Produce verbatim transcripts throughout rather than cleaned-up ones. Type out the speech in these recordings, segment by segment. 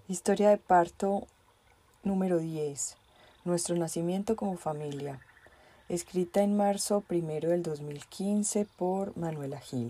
Historia de parto número diez. Nuestro nacimiento como familia. Escrita en marzo primero del dos mil quince por Manuela Gil.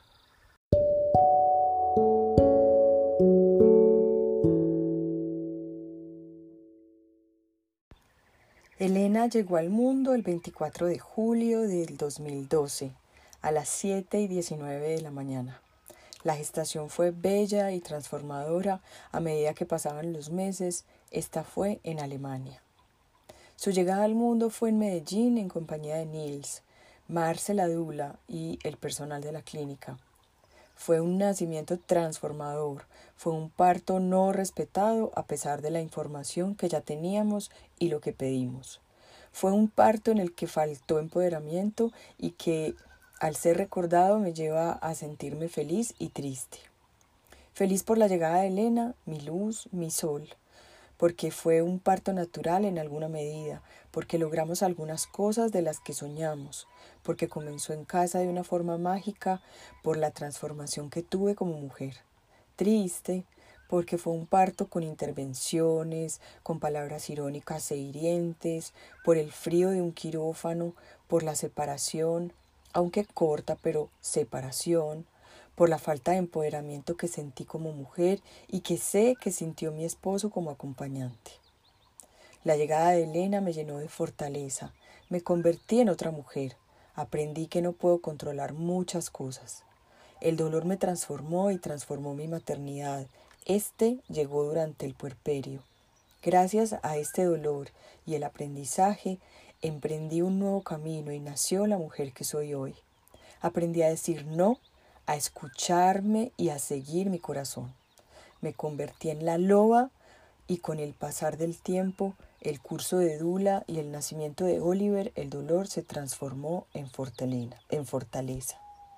Elena llegó al mundo el veinticuatro de julio del dos mil doce, a las siete y diecinueve de la mañana. La gestación fue bella y transformadora a medida que pasaban los meses. Esta fue en Alemania. Su llegada al mundo fue en Medellín en compañía de Nils, Marce la dula y el personal de la clínica. Fue un nacimiento transformador, fue un parto no respetado a pesar de la información que ya teníamos y lo que pedimos. Fue un parto en el que faltó empoderamiento y que, al ser recordado, me lleva a sentirme feliz y triste. Feliz por la llegada de Elena, mi luz, mi sol, porque fue un parto natural en alguna medida, porque logramos algunas cosas de las que soñamos, porque comenzó en casa de una forma mágica, por la transformación que tuve como mujer. Triste, porque fue un parto con intervenciones, con palabras irónicas e hirientes, por el frío de un quirófano, por la separación, aunque corta, pero separación, por la falta de empoderamiento que sentí como mujer y que sé que sintió mi esposo como acompañante. La llegada de Elena me llenó de fortaleza, me convertí en otra mujer, aprendí que no puedo controlar muchas cosas. El dolor me transformó y transformó mi maternidad. Este llegó durante el puerperio. Gracias a este dolor y el aprendizaje, emprendí un nuevo camino y nació la mujer que soy hoy. Aprendí a decir no, a escucharme y a seguir mi corazón. Me convertí en la loba y con el pasar del tiempo, el curso de Dula y el nacimiento de Oliver, el dolor se transformó en fortaleza. En fortaleza.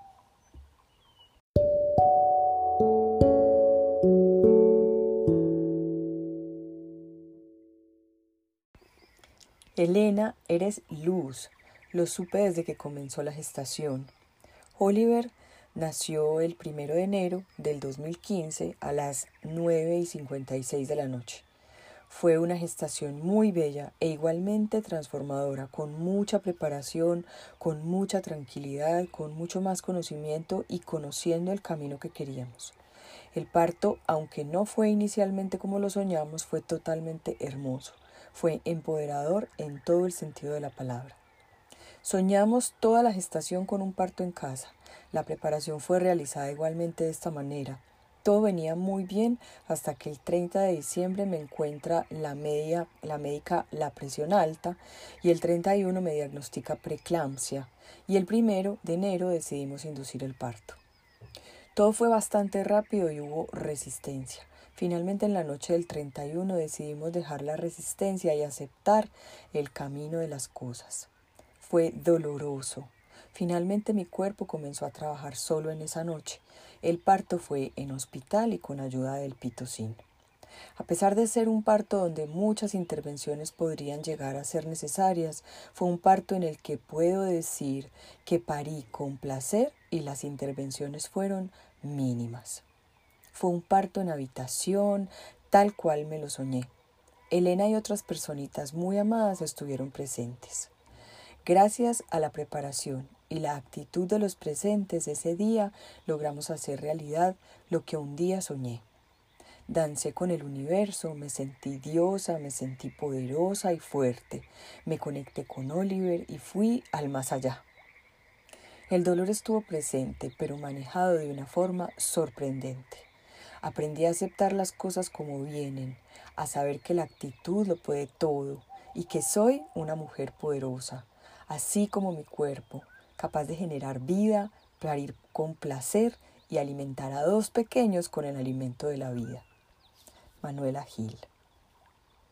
Elena, eres luz. Lo supe desde que comenzó la gestación. Oliver nació el primero de enero del dos mil quince a las nueve y cincuenta y seis de la noche. Fue una gestación muy bella e igualmente transformadora, con mucha preparación, con mucha tranquilidad, con mucho más conocimiento y conociendo el camino que queríamos. El parto, aunque no fue inicialmente como lo soñamos, fue totalmente hermoso. Fue empoderador en todo el sentido de la palabra. Soñamos toda la gestación con un parto en casa. La preparación fue realizada igualmente de esta manera. Todo venía muy bien hasta que el treinta de diciembre me encuentra la, media, la médica la presión alta y el treinta y uno me diagnostica preeclampsia y el primero de enero decidimos inducir el parto. Todo fue bastante rápido y hubo resistencia. Finalmente en la noche del treinta y uno decidimos dejar la resistencia y aceptar el camino de las cosas. Fue doloroso. Finalmente mi cuerpo comenzó a trabajar solo en esa noche. El parto fue en hospital y con ayuda del pitocin. A pesar de ser un parto donde muchas intervenciones podrían llegar a ser necesarias, fue un parto en el que puedo decir que parí con placer y las intervenciones fueron mínimas. Fue un parto en habitación, tal cual me lo soñé. Elena y otras personitas muy amadas estuvieron presentes. Gracias a la preparación y la actitud de los presentes ese día, logramos hacer realidad lo que un día soñé. Dancé con el universo, me sentí diosa, me sentí poderosa y fuerte. Me conecté con Oliver y fui al más allá. El dolor estuvo presente, pero manejado de una forma sorprendente. Aprendí a aceptar las cosas como vienen, a saber que la actitud lo puede todo y que soy una mujer poderosa, así como mi cuerpo, capaz de generar vida, parir con placer y alimentar a dos pequeños con el alimento de la vida. Manuela Gil.